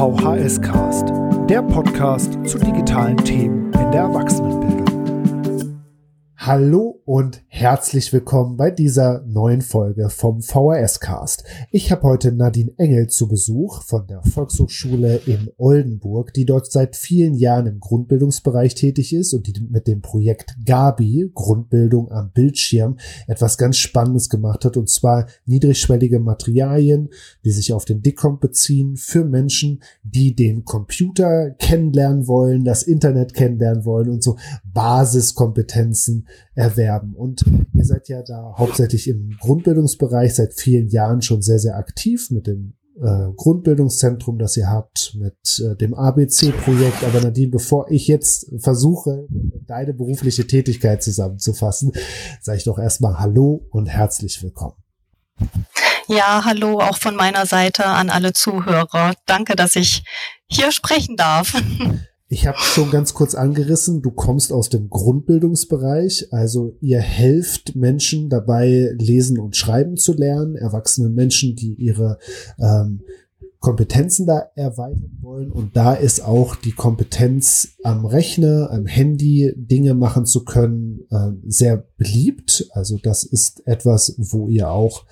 VHS Cast, der Podcast zu digitalen Themen in der Erwachsenenbildung. Hallo und herzlich willkommen bei dieser neuen Folge vom VHS Cast. Ich habe heute Nadine Engel zu Besuch von der Volkshochschule in Oldenburg, die dort seit vielen Jahren im Grundbildungsbereich tätig ist und die mit dem Projekt Gabi, Grundbildung am Bildschirm, etwas ganz Spannendes gemacht hat, und zwar niedrigschwellige Materialien, die sich auf den DICOM beziehen, für Menschen, die den Computer kennenlernen wollen, das Internet kennenlernen wollen und so Basiskompetenzen erwerben. Und ihr seid ja da hauptsächlich im Grundbildungsbereich seit vielen Jahren schon sehr, sehr aktiv mit dem Grundbildungszentrum, das ihr habt, mit dem ABC-Projekt. Aber Nadine, bevor ich jetzt versuche, deine berufliche Tätigkeit zusammenzufassen, sage ich doch erstmal Hallo und herzlich willkommen. Ja, hallo auch von meiner Seite an alle Zuhörer. Danke, dass ich hier sprechen darf. Ich habe schon ganz kurz angerissen, du kommst aus dem Grundbildungsbereich, also ihr helft Menschen dabei, lesen und schreiben zu lernen, erwachsenen Menschen, die ihre Kompetenzen da erweitern wollen, und da ist auch die Kompetenz am Rechner, am Handy, Dinge machen zu können, sehr beliebt. Also das ist etwas, wo ihr auch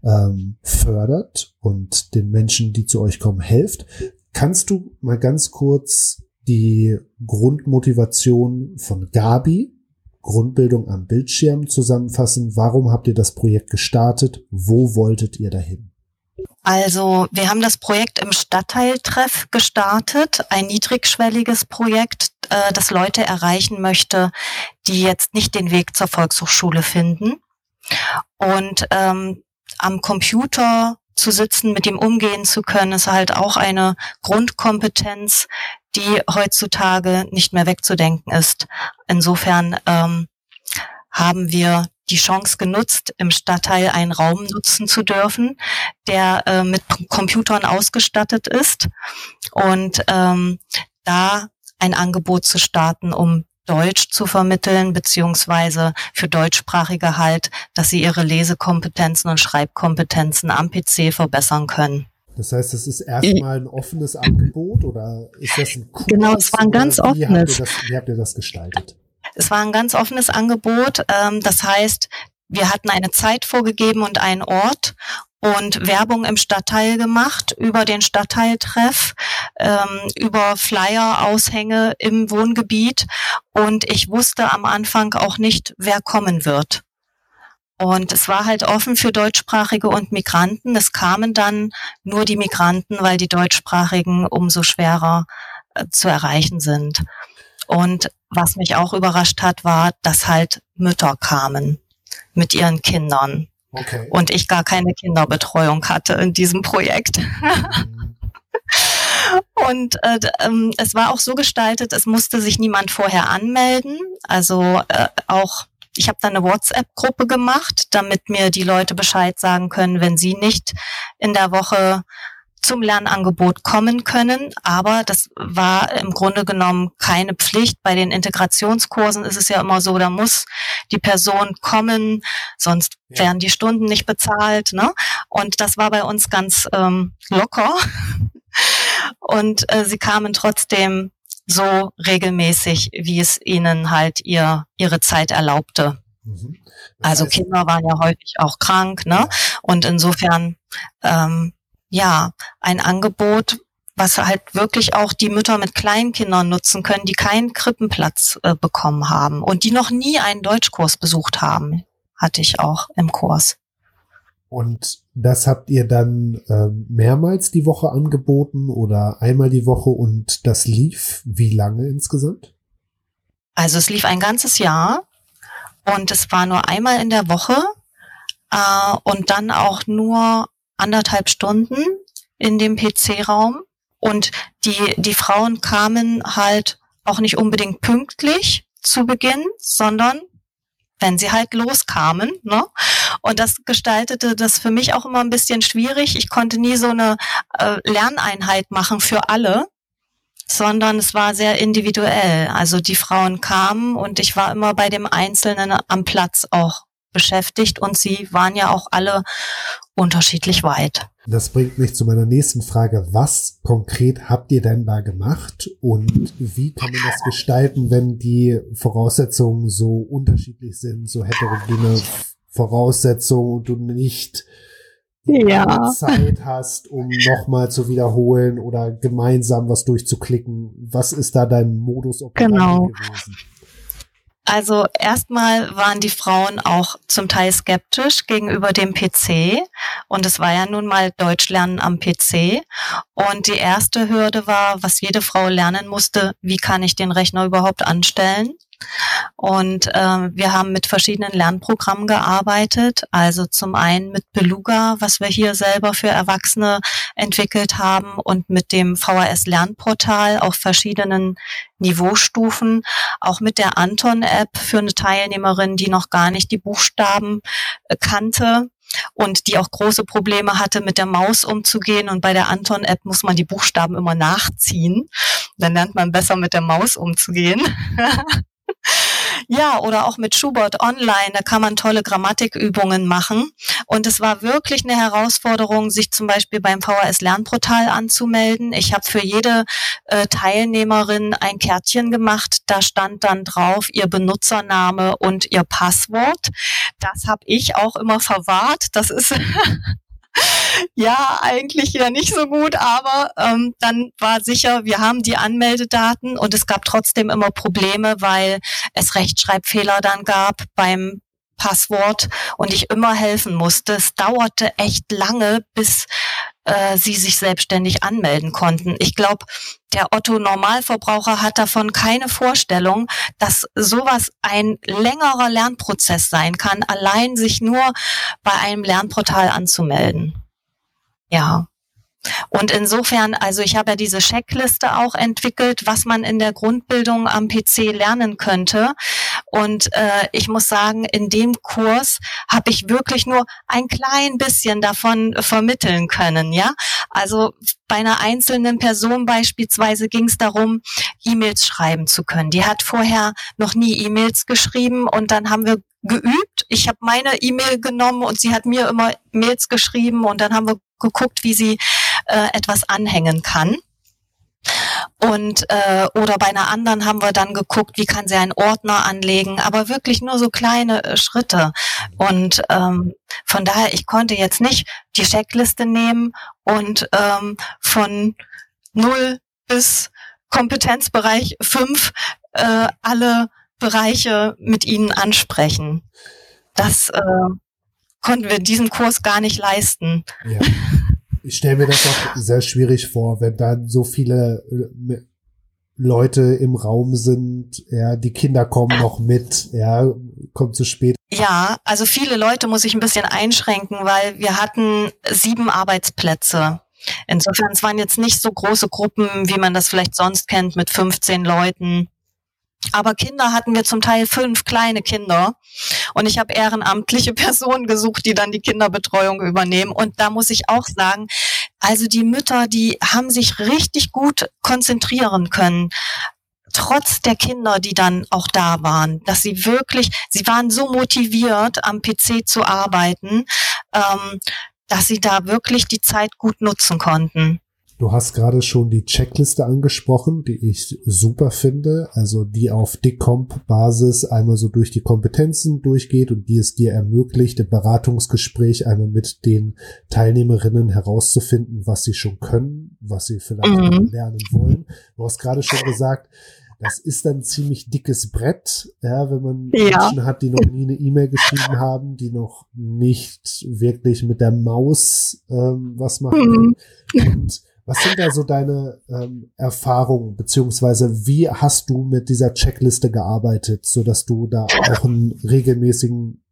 fördert und den Menschen, die zu euch kommen, helft. Kannst du mal ganz kurz die Grundmotivation von Gabi, Grundbildung am Bildschirm, zusammenfassen? Warum habt ihr das Projekt gestartet? Wo wolltet ihr dahin? Also, wir haben das Projekt im Stadtteiltreff gestartet, ein niedrigschwelliges Projekt, das Leute erreichen möchte, die jetzt nicht den Weg zur Volkshochschule finden. Und am Computer zu sitzen, mit ihm umgehen zu können, ist halt auch eine Grundkompetenz, die heutzutage nicht mehr wegzudenken ist. Insofern haben wir die Chance genutzt, im Stadtteil einen Raum nutzen zu dürfen, der mit Computern ausgestattet ist, und da ein Angebot zu starten, um Deutsch zu vermitteln, beziehungsweise für Deutschsprachige halt, dass sie ihre Lesekompetenzen und Schreibkompetenzen am PC verbessern können. Das heißt, es ist erstmal ein offenes Angebot, oder ist das ein Kurs? Genau, es war ein ganz offenes. Wie habt ihr das gestaltet? Es war ein ganz offenes Angebot. Das heißt, wir hatten eine Zeit vorgegeben und einen Ort und Werbung im Stadtteil gemacht, über den Stadtteiltreff, über Flyer, Aushänge im Wohngebiet. Und ich wusste am Anfang auch nicht, wer kommen wird. Und es war halt offen für Deutschsprachige und Migranten. Es kamen dann nur die Migranten, weil die Deutschsprachigen umso schwerer zu erreichen sind. Und was mich auch überrascht hat, war, dass halt Mütter kamen mit ihren Kindern. Okay. Und ich gar keine Kinderbetreuung hatte in diesem Projekt. Und es war auch so gestaltet, es musste sich niemand vorher anmelden. Also ich habe dann eine WhatsApp-Gruppe gemacht, damit mir die Leute Bescheid sagen können, wenn sie nicht in der Woche zum Lernangebot kommen können. Aber das war im Grunde genommen keine Pflicht. Bei den Integrationskursen ist es ja immer so, da muss die Person kommen, sonst werden die Stunden nicht bezahlt, ne? Und das war bei uns ganz locker. Und sie kamen trotzdem so regelmäßig, wie es ihnen halt ihre Zeit erlaubte. Also Kinder waren ja häufig auch krank, ne? Und insofern ein Angebot, was halt wirklich auch die Mütter mit Kleinkindern nutzen können, die keinen Krippenplatz bekommen haben und die noch nie einen Deutschkurs besucht haben, hatte ich auch im Kurs. Und das habt ihr dann mehrmals die Woche angeboten oder einmal die Woche, und das lief wie lange insgesamt? Also es lief ein ganzes Jahr und es war nur einmal in der Woche und dann auch nur 1,5 Stunden in dem PC-Raum. Und die Frauen kamen halt auch nicht unbedingt pünktlich zu Beginn, sondern wenn sie halt loskamen, ne? Und das gestaltete das für mich auch immer ein bisschen schwierig. Ich konnte nie so eine Lerneinheit machen für alle, sondern es war sehr individuell. Also die Frauen kamen und ich war immer bei dem Einzelnen am Platz auch beschäftigt und sie waren ja auch alle unterschiedlich weit. Das bringt mich zu meiner nächsten Frage. Was konkret habt ihr denn da gemacht und wie kann man das gestalten, wenn die Voraussetzungen so unterschiedlich sind, so heterogene Voraussetzungen und du nicht Zeit hast, um nochmal zu wiederholen oder gemeinsam was durchzuklicken? Was ist da dein Modus operandi gewesen? Also erstmal waren die Frauen auch zum Teil skeptisch gegenüber dem PC und es war ja nun mal Deutschlernen am PC und die erste Hürde war, was jede Frau lernen musste, wie kann ich den Rechner überhaupt anstellen? Und wir haben mit verschiedenen Lernprogrammen gearbeitet, also zum einen mit Beluga, was wir hier selber für Erwachsene entwickelt haben und mit dem VHS-Lernportal auf verschiedenen Niveaustufen, auch mit der Anton-App für eine Teilnehmerin, die noch gar nicht die Buchstaben kannte und die auch große Probleme hatte, mit der Maus umzugehen. Und bei der Anton-App muss man die Buchstaben immer nachziehen. Dann lernt man besser mit der Maus umzugehen. Ja, oder auch mit Schubert online, da kann man tolle Grammatikübungen machen. Und es war wirklich eine Herausforderung, sich zum Beispiel beim VHS-Lernportal anzumelden. Ich habe für jede Teilnehmerin ein Kärtchen gemacht, da stand dann drauf ihr Benutzername und ihr Passwort. Das habe ich auch immer verwahrt. Das ist ja eigentlich ja nicht so gut, aber dann war sicher, wir haben die Anmeldedaten und es gab trotzdem immer Probleme, weil es Rechtschreibfehler dann gab beim Passwort und ich immer helfen musste. Es dauerte echt lange, bis sie sich selbstständig anmelden konnten. Ich glaube, der Otto-Normalverbraucher hat davon keine Vorstellung, dass sowas ein längerer Lernprozess sein kann, allein sich nur bei einem Lernportal anzumelden. Ja. Und insofern, also ich habe ja diese Checkliste auch entwickelt, was man in der Grundbildung am PC lernen könnte. Und ich muss sagen, in dem Kurs habe ich wirklich nur ein klein bisschen davon vermitteln können. Ja, also bei einer einzelnen Person beispielsweise ging es darum, E-Mails schreiben zu können. Die hat vorher noch nie E-Mails geschrieben und dann haben wir geübt. Ich habe meine E-Mail genommen und sie hat mir immer Mails geschrieben und dann haben wir geguckt, wie sie etwas anhängen kann. Und oder bei einer anderen haben wir dann geguckt, wie kann sie einen Ordner anlegen, aber wirklich nur so kleine Schritte. Und von daher, ich konnte jetzt nicht die Checkliste nehmen und von 0 bis Kompetenzbereich 5 alle Bereiche mit ihnen ansprechen. Das konnten wir diesen Kurs gar nicht leisten. Ja. Ich stelle mir das auch sehr schwierig vor, wenn dann so viele Leute im Raum sind, ja, die Kinder kommen noch mit, ja, kommt zu spät. Ja, also viele Leute muss ich ein bisschen einschränken, weil wir hatten 7 Arbeitsplätze. Insofern, es waren jetzt nicht so große Gruppen, wie man das vielleicht sonst kennt, mit 15 Leuten. Aber Kinder hatten wir zum Teil 5 kleine Kinder und ich habe ehrenamtliche Personen gesucht, die dann die Kinderbetreuung übernehmen. Und da muss ich auch sagen, also die Mütter, die haben sich richtig gut konzentrieren können, trotz der Kinder, die dann auch da waren, dass sie waren so motiviert, am PC zu arbeiten, dass sie da wirklich die Zeit gut nutzen konnten. Du hast gerade schon die Checkliste angesprochen, die ich super finde, also die auf DICOMP-Basis einmal so durch die Kompetenzen durchgeht und die es dir ermöglicht, im Beratungsgespräch einmal mit den Teilnehmerinnen herauszufinden, was sie schon können, was sie vielleicht lernen wollen. Du hast gerade schon gesagt, das ist ein ziemlich dickes Brett, ja, wenn man Menschen hat, die noch nie eine E-Mail geschrieben haben, die noch nicht wirklich mit der Maus was machen können. Und was sind da so deine Erfahrungen, beziehungsweise wie hast du mit dieser Checkliste gearbeitet, so dass du da auch einen regelmäßigen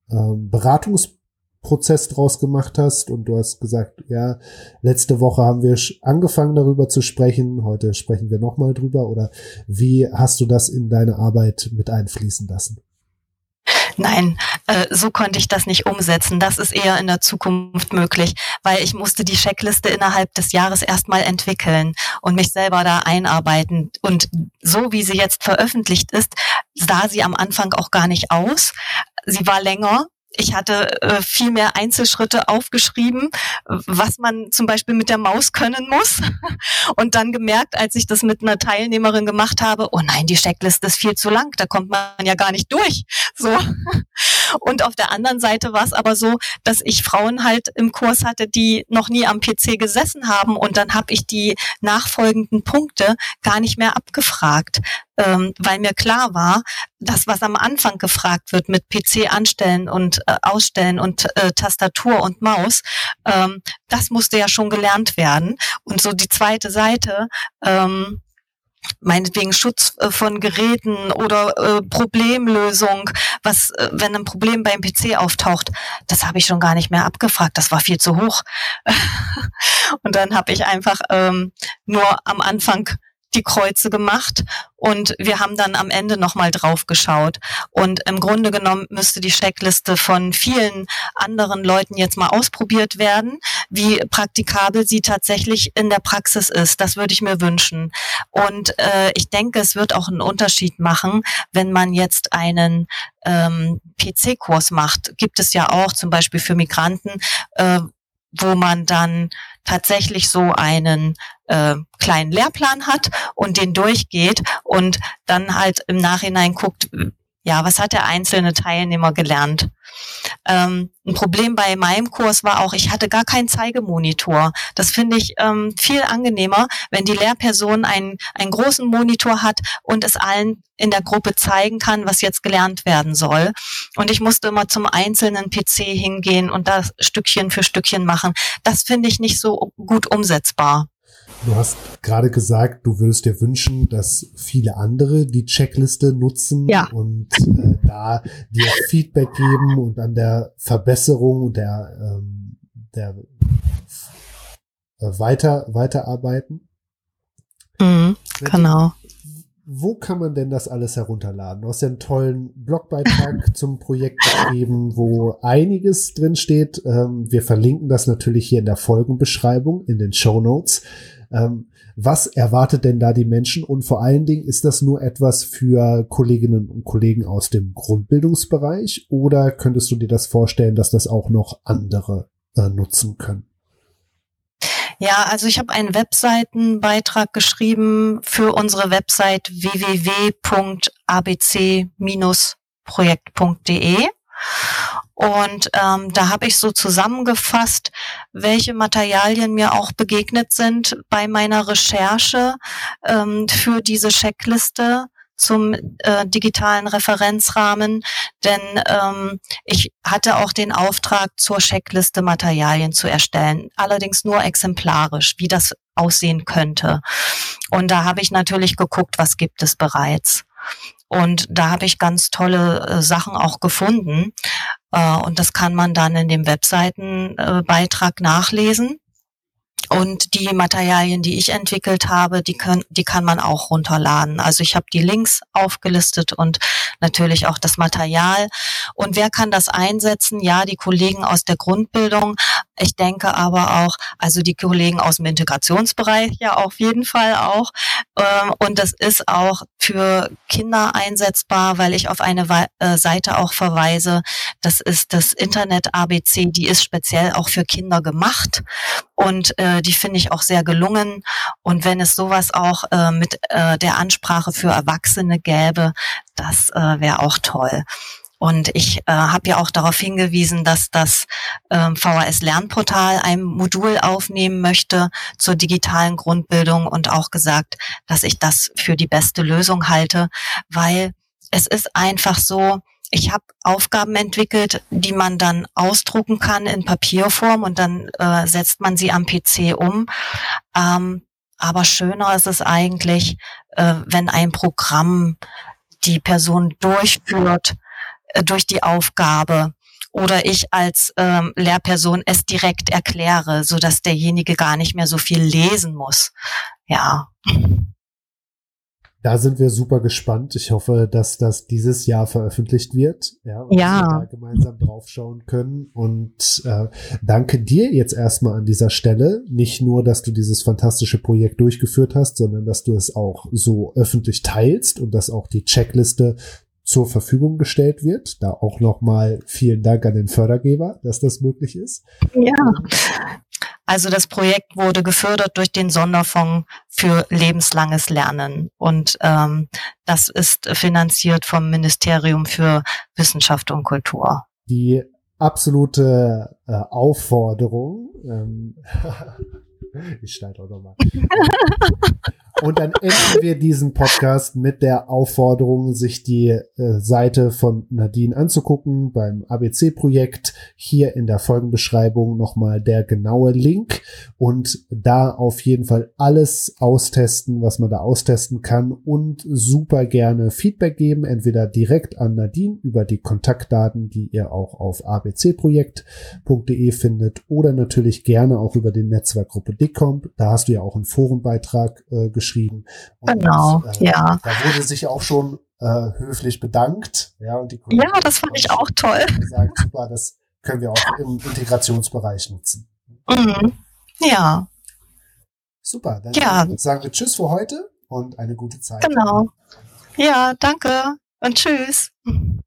Beratungsprozess draus gemacht hast? Und du hast gesagt, ja, letzte Woche haben wir angefangen darüber zu sprechen, heute sprechen wir nochmal drüber. Oder wie hast du das in deine Arbeit mit einfließen lassen? Nein, so konnte ich das nicht umsetzen. Das ist eher in der Zukunft möglich, weil ich musste die Checkliste innerhalb des Jahres erstmal entwickeln und mich selber da einarbeiten. Und so wie sie jetzt veröffentlicht ist, sah sie am Anfang auch gar nicht aus. sie war länger. Ich hatte viel mehr Einzelschritte aufgeschrieben, was man zum Beispiel mit der Maus können muss. Und dann gemerkt, als ich das mit einer Teilnehmerin gemacht habe, oh nein, die Checkliste ist viel zu lang, da kommt man ja gar nicht durch. So. Und auf der anderen Seite war es aber so, dass ich Frauen halt im Kurs hatte, die noch nie am PC gesessen haben. Und dann habe ich die nachfolgenden Punkte gar nicht mehr abgefragt, weil mir klar war, das, was am Anfang gefragt wird mit PC anstellen und ausstellen und Tastatur und Maus, das musste ja schon gelernt werden. Und so die zweite Seite, meinetwegen Schutz von Geräten oder Problemlösung, was, wenn ein Problem beim PC auftaucht, das habe ich schon gar nicht mehr abgefragt, das war viel zu hoch. Und dann habe ich einfach nur am Anfang die Kreuze gemacht und wir haben dann am Ende nochmal drauf geschaut. Und im Grunde genommen müsste die Checkliste von vielen anderen Leuten jetzt mal ausprobiert werden, wie praktikabel sie tatsächlich in der Praxis ist. Das würde ich mir wünschen. Und ich denke, es wird auch einen Unterschied machen, wenn man jetzt einen PC-Kurs macht. Gibt es ja auch zum Beispiel für Migranten, wo man dann tatsächlich so einen kleinen Lehrplan hat und den durchgeht und dann halt im Nachhinein guckt, ja, was hat der einzelne Teilnehmer gelernt? Ein Problem bei meinem Kurs war auch, ich hatte gar keinen Zeigemonitor. Das finde ich viel angenehmer, wenn die Lehrperson einen großen Monitor hat und es allen in der Gruppe zeigen kann, was jetzt gelernt werden soll. Und ich musste immer zum einzelnen PC hingehen und das Stückchen für Stückchen machen. Das finde ich nicht so gut umsetzbar. Du hast gerade gesagt, du würdest dir wünschen, dass viele andere die Checkliste nutzen und da dir Feedback geben und an der Verbesserung der weiterarbeiten. Genau. Wo kann man denn das alles herunterladen? Du hast ja einen tollen Blogbeitrag zum Projekt geschrieben, wo einiges drin steht. Wir verlinken das natürlich hier in der Folgenbeschreibung, in den Shownotes. Was erwartet denn da die Menschen? Und vor allen Dingen, ist das nur etwas für Kolleginnen und Kollegen aus dem Grundbildungsbereich? Oder könntest du dir das vorstellen, dass das auch noch andere nutzen können? Ja, also ich habe einen Webseitenbeitrag geschrieben für unsere Website www.abc-projekt.de. Und da habe ich so zusammengefasst, welche Materialien mir auch begegnet sind bei meiner Recherche für diese Checkliste zum digitalen Referenzrahmen, denn ich hatte auch den Auftrag, zur Checkliste Materialien zu erstellen, allerdings nur exemplarisch, wie das aussehen könnte. Und da habe ich natürlich geguckt, was gibt es bereits. Und da habe ich ganz tolle Sachen auch gefunden. Und das kann man dann in dem Webseitenbeitrag nachlesen. Und die Materialien, die ich entwickelt habe, die kann man auch runterladen. Also ich habe die Links aufgelistet und natürlich auch das Material. Und wer kann das einsetzen? Ja, die Kollegen aus der Grundbildung. Ich denke aber auch, also die Kollegen aus dem Integrationsbereich ja auf jeden Fall auch. Und das ist auch für Kinder einsetzbar, weil ich auf eine Seite auch verweise. Das ist das Internet ABC, die ist speziell auch für Kinder gemacht. Und die finde ich auch sehr gelungen. Und wenn es sowas auch mit der Ansprache für Erwachsene gäbe, das wäre auch toll. Und ich habe ja auch darauf hingewiesen, dass das VHS-Lernportal ein Modul aufnehmen möchte zur digitalen Grundbildung und auch gesagt, dass ich das für die beste Lösung halte, weil es ist einfach so, ich habe Aufgaben entwickelt, die man dann ausdrucken kann in Papierform und dann setzt man sie am PC um. Aber schöner ist es eigentlich, wenn ein Programm die Person durchführt durch die Aufgabe oder ich als Lehrperson es direkt erkläre, so dass derjenige gar nicht mehr so viel lesen muss. Ja. Da sind wir super gespannt. Ich hoffe, dass das dieses Jahr veröffentlicht wird. Ja. Und dass wir da gemeinsam draufschauen können. Und danke dir jetzt erstmal an dieser Stelle. Nicht nur, dass du dieses fantastische Projekt durchgeführt hast, sondern dass du es auch so öffentlich teilst und dass auch die Checkliste zur Verfügung gestellt wird. Da auch nochmal vielen Dank an den Fördergeber, dass das möglich ist. Ja. Also das Projekt wurde gefördert durch den Sonderfonds für lebenslanges Lernen und das ist finanziert vom Ministerium für Wissenschaft und Kultur. Die absolute Aufforderung, ich schneide auch nochmal. Und dann enden wir diesen Podcast mit der Aufforderung, sich die Seite von Nadine anzugucken beim ABC-Projekt. Hier in der Folgenbeschreibung nochmal der genaue Link und da auf jeden Fall alles austesten, was man da austesten kann und super gerne Feedback geben, entweder direkt an Nadine über die Kontaktdaten, die ihr auch auf abcprojekt.de findet oder natürlich gerne auch über die Netzwerkgruppe DICOMP. Da hast du ja auch einen Forenbeitrag geschrieben. Und, genau, ja. Da wurde sich auch schon höflich bedankt. Ja, und die ja, das fand ich auch toll. Gesagt, super, das können wir auch im Integrationsbereich nutzen. Mhm. Ja. Super, dann sagen wir Tschüss für heute und eine gute Zeit. Genau. Ja, danke und tschüss.